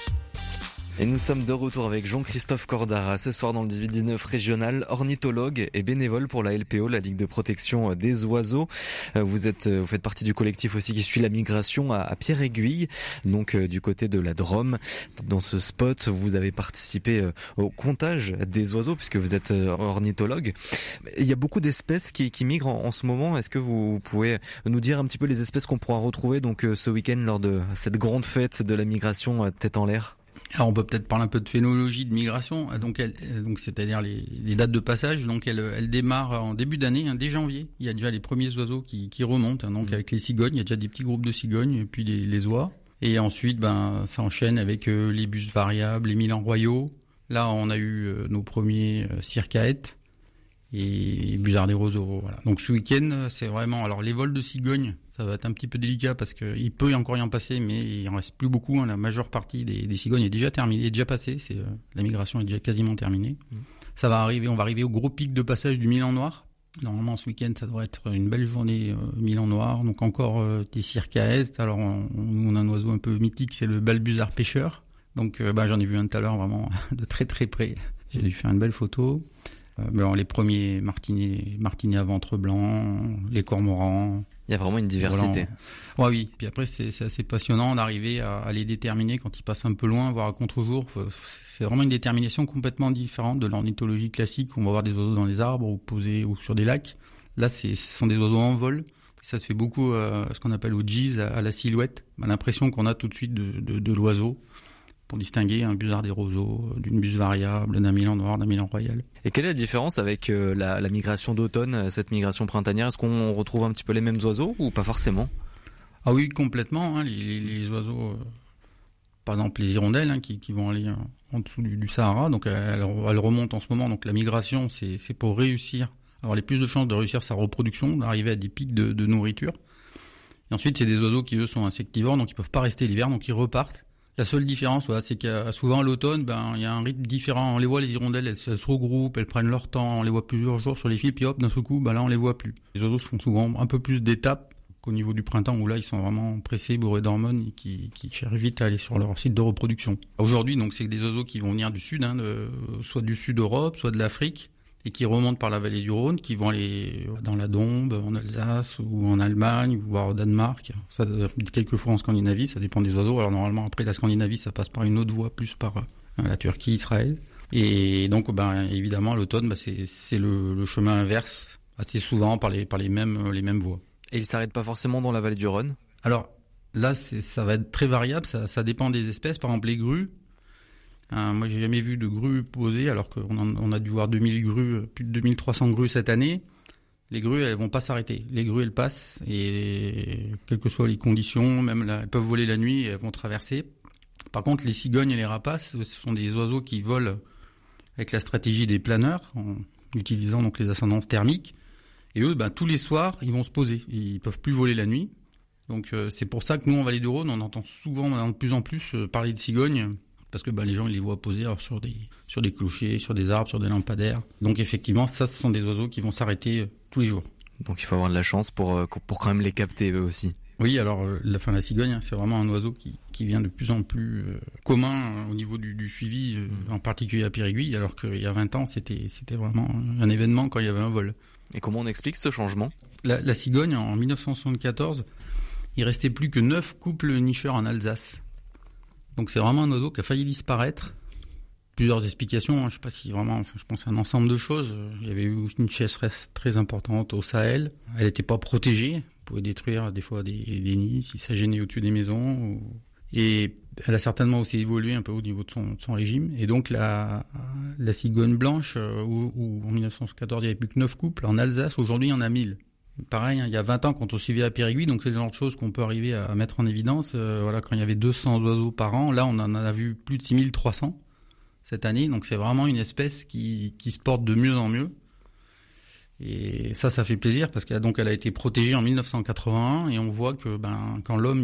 Et nous sommes de retour avec Jean-Christophe Cordara, ce soir dans le 18-19 régional, ornithologue et bénévole pour la LPO, la Ligue de protection des oiseaux. Vous faites partie du collectif aussi qui suit la migration à Pierre-Aiguille, donc du côté de la Drôme. Dans ce spot, vous avez participé au comptage des oiseaux puisque vous êtes ornithologue. Il y a beaucoup d'espèces qui migrent en ce moment. Est-ce que vous pouvez nous dire un petit peu les espèces qu'on pourra retrouver donc ce week-end lors de cette grande fête de la migration tête en l'air ? Alors on peut peut-être parler un peu de phénologie de migration, donc c'est-à-dire les dates de passage. Donc elle démarre en début d'année, dès janvier. Il y a déjà les premiers oiseaux qui remontent, donc avec les cigognes. Il y a déjà des petits groupes de cigognes et puis les oies. Et ensuite, ça enchaîne avec les bus variables, les milans royaux. Là, on a eu nos premiers circaètes et busards des roseaux. Voilà. Donc ce week-end, c'est vraiment. Alors les vols de cigognes, ça va être un petit peu délicat parce qu'il peut encore y en passer, mais il en reste plus beaucoup. La majeure partie des cigognes est déjà terminée, est déjà passée. La migration est déjà quasiment terminée. Ça va arriver. On va arriver au gros pic de passage du Milan noir. Normalement, ce week-end, ça devrait être une belle journée Milan noir. Donc encore des circaètes. Alors on a un oiseau un peu mythique, c'est le balbuzard pêcheur. Donc j'en ai vu un tout à l'heure vraiment de très très près. J'ai dû faire une belle photo. Les premiers martinets à ventre blanc, les cormorans. Il y a vraiment une diversité. Ouais, oui. Puis après, c'est assez passionnant d'arriver à les déterminer quand ils passent un peu loin, voire à contre-jour. C'est vraiment une détermination complètement différente de l'ornithologie classique où on va voir des oiseaux dans les arbres ou posés ou sur des lacs. Là, ce sont des oiseaux en vol. Ça se fait beaucoup ce qu'on appelle au gis, à la silhouette. L'impression qu'on a tout de suite de l'oiseau, pour distinguer un busard des roseaux d'une buse variable, d'un milan noir, d'un milan royal. Et quelle est la différence avec la migration d'automne, cette migration printanière ? Est-ce qu'on retrouve un petit peu les mêmes oiseaux ou pas forcément ? Ah oui, complètement. Les oiseaux par exemple les hirondelles qui vont aller en dessous du Sahara, donc elles remontent en ce moment. Donc la migration, c'est pour réussir, avoir les plus de chances de réussir sa reproduction, d'arriver à des pics de nourriture. Et ensuite, c'est des oiseaux qui, eux, sont insectivores, donc ils peuvent pas rester l'hiver, donc ils repartent. La seule différence, c'est qu'il souvent à l'automne, il y a un rythme différent. On les voit, les hirondelles, elles se regroupent, elles prennent leur temps, on les voit plusieurs jours sur les fils, puis hop, d'un seul coup, là, on les voit plus. Les oiseaux se font souvent un peu plus d'étapes qu'au niveau du printemps, où là, ils sont vraiment pressés, bourrés d'hormones, et qui cherchent vite à aller sur leur site de reproduction. Aujourd'hui, donc, c'est des oiseaux qui vont venir du sud, soit du sud Europe, soit de l'Afrique, et qui remontent par la vallée du Rhône, qui vont aller dans la Dombe, en Alsace, ou en Allemagne, voire au Danemark. Ça, quelques fois en Scandinavie, ça dépend des oiseaux. Alors normalement, après la Scandinavie, ça passe par une autre voie, plus par la Turquie, Israël. Et donc, évidemment, à l'automne, c'est le chemin inverse, assez souvent par les mêmes voies. Et ils s'arrêtent pas forcément dans la vallée du Rhône? Alors là, ça va être très variable, ça dépend des espèces. Par exemple, les grues. Moi, j'ai jamais vu de grues posées, alors qu'on a dû voir 2000 grues, plus de 2300 grues cette année. Les grues, elles vont pas s'arrêter. Les grues, elles passent, et quelles que soient les conditions, même elles peuvent voler la nuit et elles vont traverser. Par contre, les cigognes et les rapaces, ce sont des oiseaux qui volent avec la stratégie des planeurs, en utilisant donc les ascendances thermiques. Et eux, tous les soirs, ils vont se poser. Ils peuvent plus voler la nuit. Donc, c'est pour ça que nous, en Vallée du Rhône, on entend souvent, de plus en plus, parler de cigognes. Parce que les gens, ils les voient poser sur des clochers, sur des arbres, sur des lampadaires. Donc effectivement, ce sont des oiseaux qui vont s'arrêter tous les jours. Donc il faut avoir de la chance pour quand même les capter eux aussi. Oui, alors la cigogne, c'est vraiment un oiseau qui vient de plus en plus commun au niveau du suivi, en particulier à Périgueux, alors qu'il y a 20 ans, c'était vraiment un événement quand il y avait un vol. Et comment on explique ce changement? La cigogne, en 1974, il restait plus que 9 couples nicheurs en Alsace. Donc c'est vraiment un oiseau qui a failli disparaître. Plusieurs explications, je sais pas si vraiment, je pense à un ensemble de choses. Il y avait eu une sécheresse très importante au Sahel. Elle n'était pas protégée. Elle pouvait détruire des fois des nids si ça gênait au-dessus des maisons. Et elle a certainement aussi évolué un peu au niveau de son régime. Et donc la cigogne blanche, où en 1914 il n'y avait plus que 9 couples, en Alsace, aujourd'hui il y en a 1000. Pareil, il y a 20 ans, quand on suivait à Périgueux, donc c'est le genre de choses qu'on peut arriver à mettre en évidence. Quand il y avait 200 oiseaux par an, là on en a vu plus de 6300 cette année. Donc c'est vraiment une espèce qui se porte de mieux en mieux. Et ça fait plaisir parce qu'elle a été protégée en 1981 et on voit que quand l'homme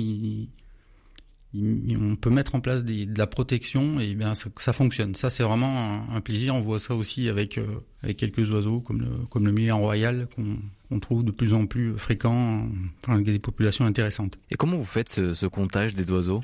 on peut mettre en place de la protection et ça fonctionne. Ça c'est vraiment un plaisir. On voit ça aussi avec quelques oiseaux comme le Milan royal qu'on trouve de plus en plus fréquent, avec des populations intéressantes. Et comment vous faites ce comptage des oiseaux?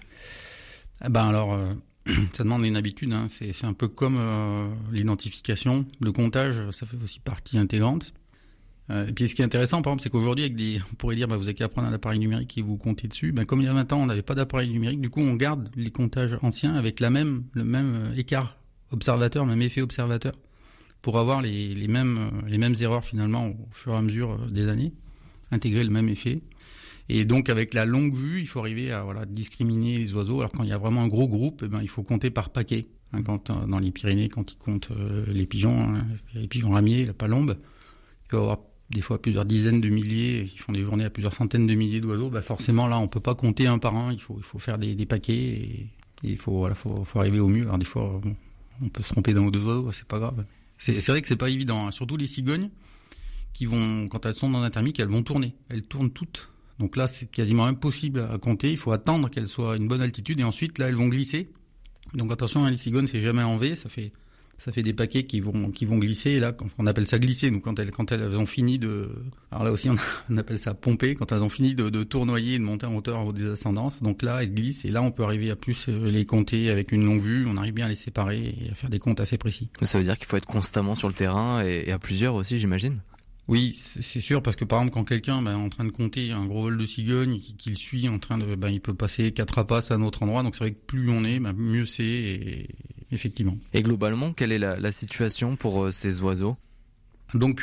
Ça demande une habitude. C'est un peu comme l'identification. Le comptage, ça fait aussi partie intégrante. Et puis ce qui est intéressant, par exemple, c'est qu'aujourd'hui, on pourrait dire, vous avez qu'à prendre un appareil numérique et vous comptez dessus. Comme il y a 20 ans, on n'avait pas d'appareil numérique, du coup, on garde les comptages anciens avec le même écart observateur, le même effet observateur, pour avoir les mêmes erreurs finalement au fur et à mesure des années, intégrer le même effet. Et donc avec la longue vue, il faut arriver à discriminer les oiseaux. Alors quand il y a vraiment un gros groupe, il faut compter par paquet. Quand dans les Pyrénées, quand ils comptent les pigeons ramiers, la palombe, il va y avoir des fois plusieurs dizaines de milliers, ils font des journées à plusieurs centaines de milliers d'oiseaux. Forcément là, on peut pas compter un par un. Il faut faire des paquets et il faut arriver au mieux. Alors des fois, on peut se tromper d'un ou deux oiseaux, c'est pas grave. C'est vrai que c'est pas évident, surtout les cigognes qui vont, quand elles sont dans un thermique, elles vont tourner. Elles tournent toutes. Donc là, c'est quasiment impossible à compter. Il faut attendre qu'elles soient à une bonne altitude et ensuite, là, elles vont glisser. Donc attention, les cigognes, c'est jamais en V. Ça fait des paquets qui vont glisser. Et là, on appelle ça glisser. Donc quand elles ont fini alors là aussi, on appelle ça pomper. Quand elles ont fini de tournoyer et de monter en hauteur des ascendances. Donc là, elles glissent. Et là, on peut arriver à plus les compter avec une longue vue. On arrive bien à les séparer et à faire des comptes assez précis. Ça veut dire qu'il faut être constamment sur le terrain et à plusieurs aussi, j'imagine. Oui, c'est sûr, parce que par exemple, quand quelqu'un est en train de compter un gros vol de cigogne, qu'il suit en train de, il peut passer 4 rapaces à un autre endroit. Donc c'est vrai que plus on est, mieux c'est, et effectivement. Et globalement, quelle est la situation pour ces oiseaux? Donc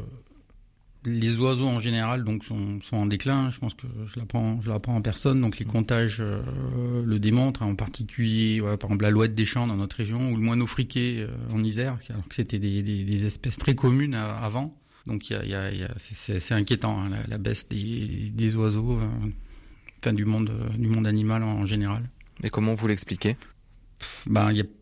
les oiseaux en général sont en déclin. Je pense que je l'apprends en personne. Donc les comptages le démontrent, en particulier par exemple l'alouette des champs dans notre région ou le moineau friqué en Isère, alors que c'était des espèces très communes avant. Donc c'est inquiétant, la baisse des oiseaux, du monde animal en général. Et comment vous l'expliquez ? Il y a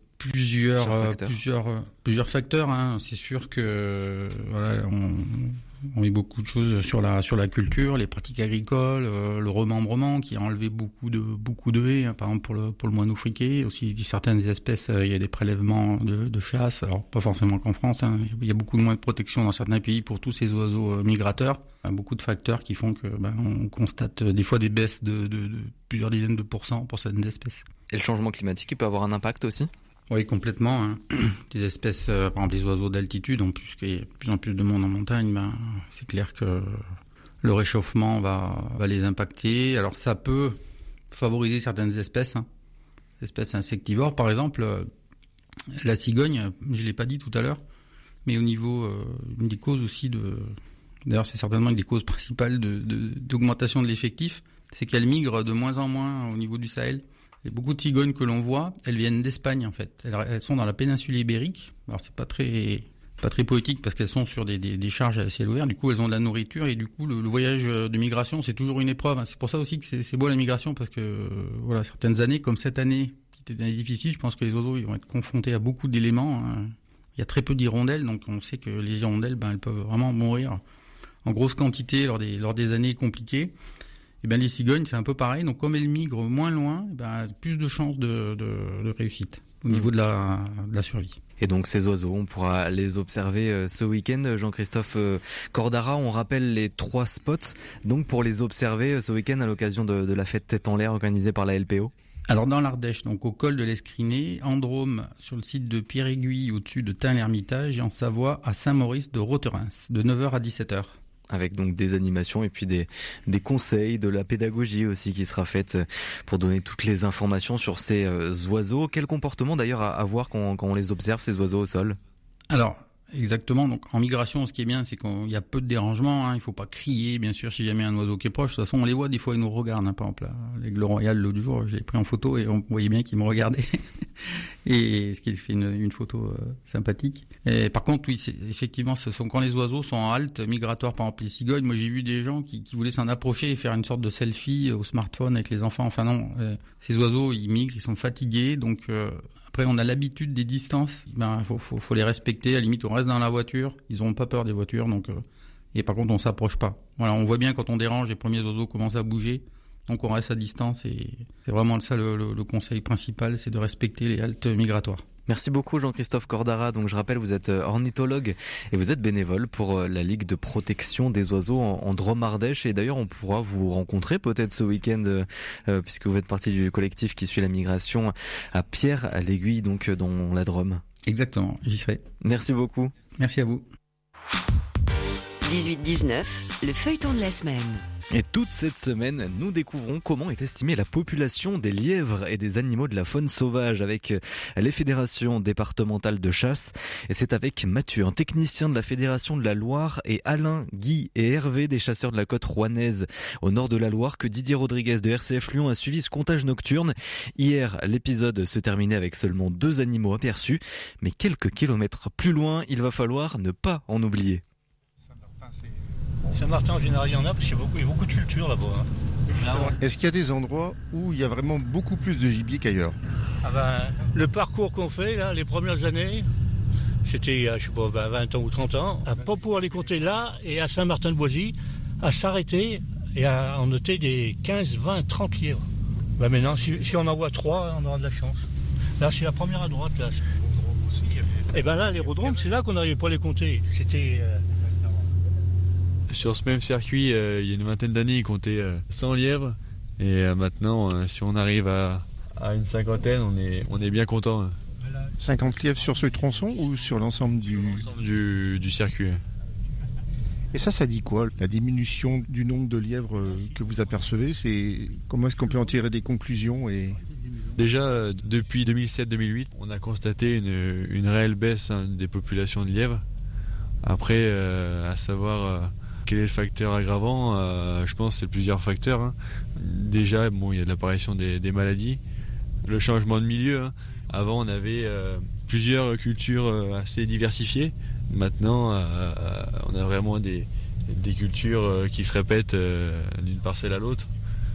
plusieurs facteurs. Hein. C'est sûr que voilà, on met beaucoup de choses sur la culture, les pratiques agricoles, le remembrement qui a enlevé beaucoup de haies, hein. Par exemple pour le moineau friqué, aussi certaines espèces, il y a des prélèvements de chasse, alors pas forcément qu'en France, hein. Il y a beaucoup moins de protection dans certains pays pour tous ces oiseaux migrateurs. Beaucoup de facteurs qui font que on constate des fois des baisses de plusieurs dizaines de pourcents pour certaines espèces. Et le changement climatique, il peut avoir un impact aussi ? Oui, complètement. Hein. Des espèces, par exemple les oiseaux d'altitude, en plus qu'il y a de plus en plus de monde en montagne, c'est clair que le réchauffement va les impacter. Alors ça peut favoriser certaines espèces, hein. Espèces insectivores, par exemple la cigogne, je l'ai pas dit tout à l'heure, mais au niveau une des causes aussi d'ailleurs c'est certainement une des causes principales d'augmentation de l'effectif, c'est qu'elle migre de moins en moins au niveau du Sahel. Et beaucoup de cigognes que l'on voit, elles viennent d'Espagne en fait. Elles sont dans la péninsule ibérique. Alors c'est pas très poétique parce qu'elles sont sur des charges à ciel ouvert. Du coup elles ont de la nourriture et du coup le voyage de migration c'est toujours une épreuve. C'est pour ça aussi que c'est beau la migration parce que voilà, certaines années comme cette année qui était une année difficile, je pense que les oiseaux ils vont être confrontés à beaucoup d'éléments. Hein. Il y a très peu d'hirondelles, donc on sait que les hirondelles elles peuvent vraiment mourir en grosse quantité lors des années compliquées. Et les cigognes, c'est un peu pareil. Donc, comme elles migrent moins loin, plus de chances de réussite au niveau de la survie. Et donc, ces oiseaux, on pourra les observer ce week-end. Jean-Christophe Cordara, on rappelle les 3 spots. Donc, pour les observer ce week-end à l'occasion de la fête Tête en l'air organisée par la LPO. Alors, dans l'Ardèche, donc au col de l'Escriné, en Drôme, sur le site de Pierre-Aiguille, au-dessus de Tain-l'Hermitage, et en Savoie, à Saint-Maurice de Roterins, de 9h à 17h. Avec donc des animations et puis des conseils, de la pédagogie aussi qui sera faite pour donner toutes les informations sur ces oiseaux. Quel comportement d'ailleurs à avoir quand on les observe, ces oiseaux au sol ? Alors, exactement. Donc, en migration, ce qui est bien, c'est qu'il y a peu de dérangements, hein. Il faut pas crier, bien sûr, si jamais un oiseau qui est proche. De toute façon, on les voit, des fois, ils nous regardent, hein. Par exemple, l'aigle royal, l'autre jour, je l'ai pris en photo et on voyait bien qu'il me regardait. Et ce qui fait une photo sympathique. Et par contre, oui, effectivement, ce sont quand les oiseaux sont en halte migratoire, par exemple les cigognes. Moi, j'ai vu des gens qui voulaient s'en approcher et faire une sorte de selfie au smartphone avec les enfants. Enfin non, ces oiseaux, ils migrent, ils sont fatigués, donc après, on a l'habitude des distances. Faut les respecter. À la limite, on reste dans la voiture. Ils n'auront pas peur des voitures, donc. Et par contre, on s'approche pas. Voilà, on voit bien quand on dérange, les premiers oiseaux commencent à bouger. Donc, on reste à distance et c'est vraiment ça le conseil principal, c'est de respecter les haltes migratoires. Merci beaucoup Jean-Christophe Cordara. Donc je rappelle, vous êtes ornithologue et vous êtes bénévole pour la Ligue de protection des oiseaux en Drôme-Ardèche. Et d'ailleurs, on pourra vous rencontrer peut-être ce week-end puisque vous faites partie du collectif qui suit la migration à Pierre-l'Aiguille, donc dans la Drôme. Exactement, j'y serai. Merci beaucoup. Merci à vous. 18-19, le feuilleton de la semaine. Et toute cette semaine, nous découvrons comment est estimée la population des lièvres et des animaux de la faune sauvage avec les fédérations départementales de chasse. Et c'est avec Mathieu, un technicien de la Fédération de la Loire, et Alain, Guy et Hervé des chasseurs de la côte rouennaise au nord de la Loire que Didier Rodriguez de RCF Lyon a suivi ce comptage nocturne. Hier, l'épisode se terminait avec seulement 2 animaux aperçus, mais quelques kilomètres plus loin, il va falloir ne pas en oublier. Saint-Martin, en général, il y en a parce qu'il y a beaucoup de culture là-bas. Hein. Est-ce qu'il y a des endroits où il y a vraiment beaucoup plus de gibier qu'ailleurs ? Le parcours qu'on fait, là, les premières années, c'était il y a, 20 ans ou 30 ans, à pas pouvoir les compter là et à Saint-Martin-de-Boisy, à s'arrêter et à en noter des 15, 20, 30 lièvres. Maintenant, si on en voit 3, on aura de la chance. Là, c'est la première à droite. Là. Et là, l'aérodrome, c'est là qu'on n'arrivait pas à les compter. C'était... Sur ce même circuit, il y a une vingtaine d'années, ils comptaient 100 lièvres. Et maintenant, si on arrive à une cinquantaine, on est bien content. 50 lièvres sur ce tronçon ou sur l'ensemble du circuit. Et ça dit quoi ? La diminution du nombre de lièvres que vous apercevez, comment est-ce qu'on peut en tirer des conclusions Déjà, depuis 2007-2008, on a constaté une réelle baisse des populations de lièvres. Après, à savoir... quel est le facteur aggravant ? Je pense que c'est plusieurs facteurs. Hein. Déjà, il y a de l'apparition des maladies, le changement de milieu. Hein. Avant, on avait plusieurs cultures assez diversifiées. Maintenant, on a vraiment des cultures qui se répètent d'une parcelle à l'autre.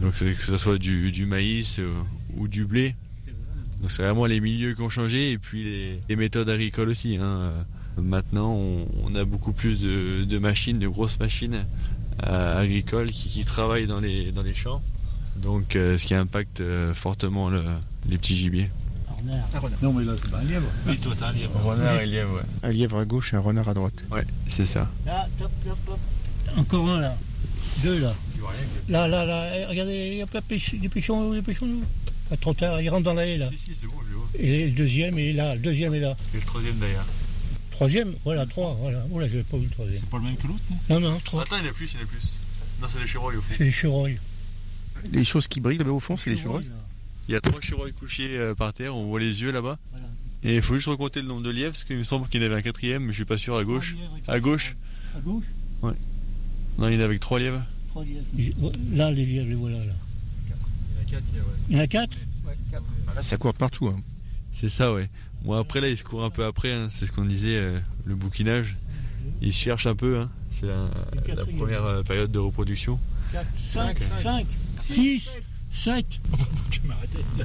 Donc que ce soit du maïs ou du blé. Donc c'est vraiment les milieux qui ont changé et puis les méthodes agricoles aussi. Maintenant, on a beaucoup plus de machines, de grosses machines agricoles qui travaillent dans les champs. Donc ce qui impacte fortement les petits gibiers. Un renard. Non, mais là, c'est pas un lièvre. Oui, toi, t'as un lièvre. Un renard et lièvre, ouais. Un lièvre à gauche et un renard à droite. Ouais, c'est ça. Là, top. Encore un, là. 2, là. Là. Regardez, il y a pas des péchons, nous. Pas trop tard, il rentre dans la haie, là. Si, c'est bon, je vois. Et le deuxième est là. Et le troisième, d'ailleurs. Troisième, voilà, 3, voilà. Oh là, j'avais pas vu le troisième. C'est pas le même que l'autre, non, 3. Attends, il y en a plus. Non, c'est les chevreuils, au fond. C'est les chevreuils. Les choses qui brillent là-bas au fond, c'est les chevreuils. Il y a 3 chevreuils couchés par terre, on voit les yeux là-bas. Voilà. Et il faut juste recompter le nombre de lièvres, parce qu'il me semble qu'il y en avait un 4e, mais je suis pas sûr, à gauche. À gauche. Ouais. Non, il y en a avec 3 lièvres. 3 lièvres. Là, les lièvres, les voilà, là. Il y en a 4 Ouais, 4. Là, ça court partout. Hein. C'est ça, ouais. Bon, après, là, il se court un peu après, c'est ce qu'on disait, le bouquinage. Il se cherche un peu, c'est la première période de reproduction. 4, 5, 6, 7. Je vais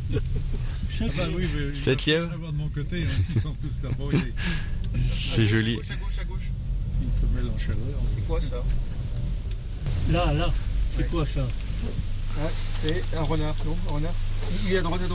m'arrêter. 7 lièvres. De mon côté, ils sont tous là-bas. C'est joli. À gauche. Une femelle en chaleur. C'est quoi ça? Là. C'est quoi ça? Ouais, c'est un renard, non? Un renard. Il est à droite.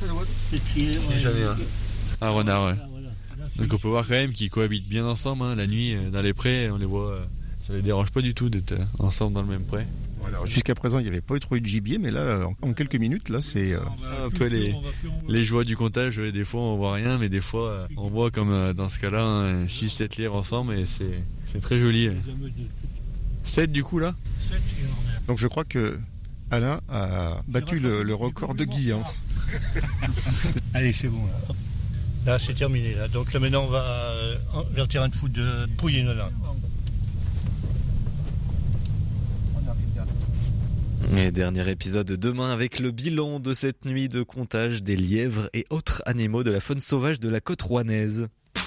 J'en ai un renard, ouais. Donc on peut voir quand même qu'ils cohabitent bien ensemble. La nuit, dans les prés, on les voit. Ça les dérange pas du tout d'être ensemble dans le même pré. Alors, jusqu'à présent, il n'y avait pas eu trop eu de gibier, mais là, en quelques minutes, là, c'est un peu les joies du comptage. Des fois, on voit rien, mais des fois, on voit comme dans ce cas-là, 6-7 lièvres ensemble, et c'est très joli. 7 du coup, là. Donc je crois que Alain a battu le record de Guy. Allez, c'est bon, là. Là, c'est terminé, là. Donc là, maintenant, on va vers le terrain de foot de Pouilly-Nolin. Et dernier épisode demain avec le bilan de cette nuit de comptage des lièvres et autres animaux de la faune sauvage de la côte rouennaise.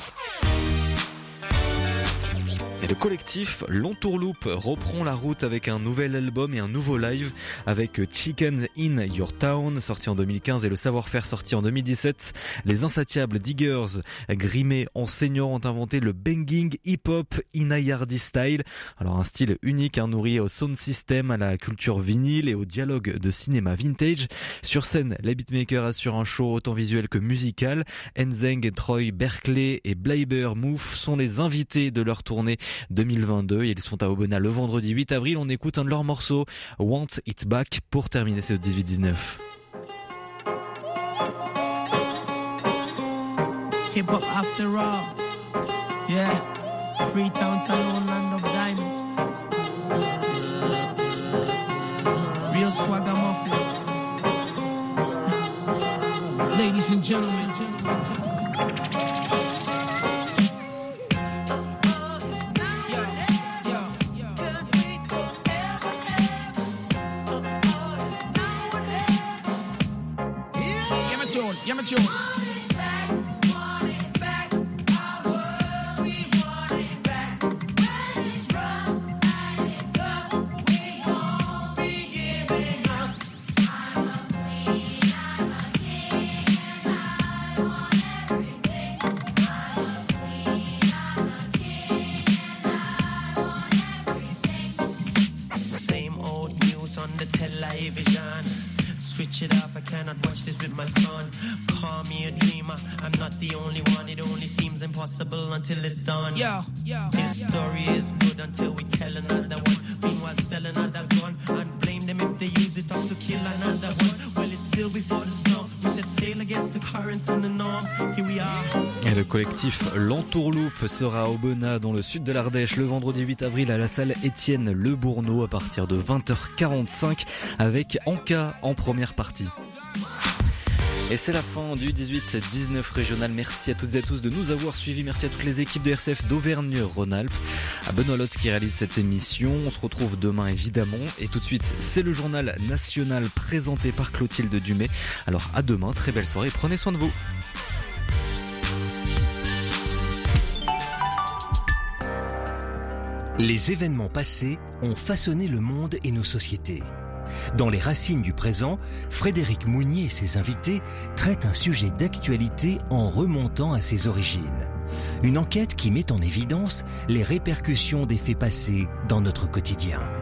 Et le collectif L'Entourloupe reprend la route avec un nouvel album et un nouveau live avec Chicken in Your Town sorti en 2015 et Le Savoir-faire sorti en 2017. Les insatiables Diggers, grimés enseignants, ont inventé le banging hip-hop Inayardi style. Alors un style unique, nourri au sound system, à la culture vinyle et au dialogue de cinéma vintage. Sur scène, les beatmakers assurent un show autant visuel que musical. Enzeng, Troy Berkeley et Bleiber Mouf sont les invités de leur tournée 2022. Ils sont à Aubenas le vendredi 8 avril. On écoute un de leurs morceaux, Want It Back, pour terminer ce 18-19. Hip hop after all, yeah. Freetown Salon, land of diamonds. Real swagger muffin. Ladies and gentlemen. Yeah, my tune. Same old news on the television. Switch it off, I cannot watch this with my son. Call me a dreamer, I'm not the only one. It only seems impossible until it's done. This story is good until we tell another one. Meanwhile, sell another gun and blame them if they use it up to kill another one. Well, it's still before the storm. We set sail against the currents and the norms. Here we are. Et le collectif L'Entourloupe sera à Aubenas, dans le sud de l'Ardèche, le vendredi 8 avril à la salle Étienne Le Bourneau à partir de 20h45 avec Anka en première partie. Et c'est la fin du 18-19 régional. Merci à toutes et à tous de nous avoir suivis. Merci à toutes les équipes de RCF d'Auvergne-Rhône-Alpes. À Benoît Lotte qui réalise cette émission. On se retrouve demain évidemment. Et tout de suite, c'est le journal national présenté par Clotilde Dumay. Alors à demain, très belle soirée. Prenez soin de vous. Les événements passés ont façonné le monde et nos sociétés. Dans Les Racines du présent, Frédéric Mounier et ses invités traitent un sujet d'actualité en remontant à ses origines. Une enquête qui met en évidence les répercussions des faits passés dans notre quotidien.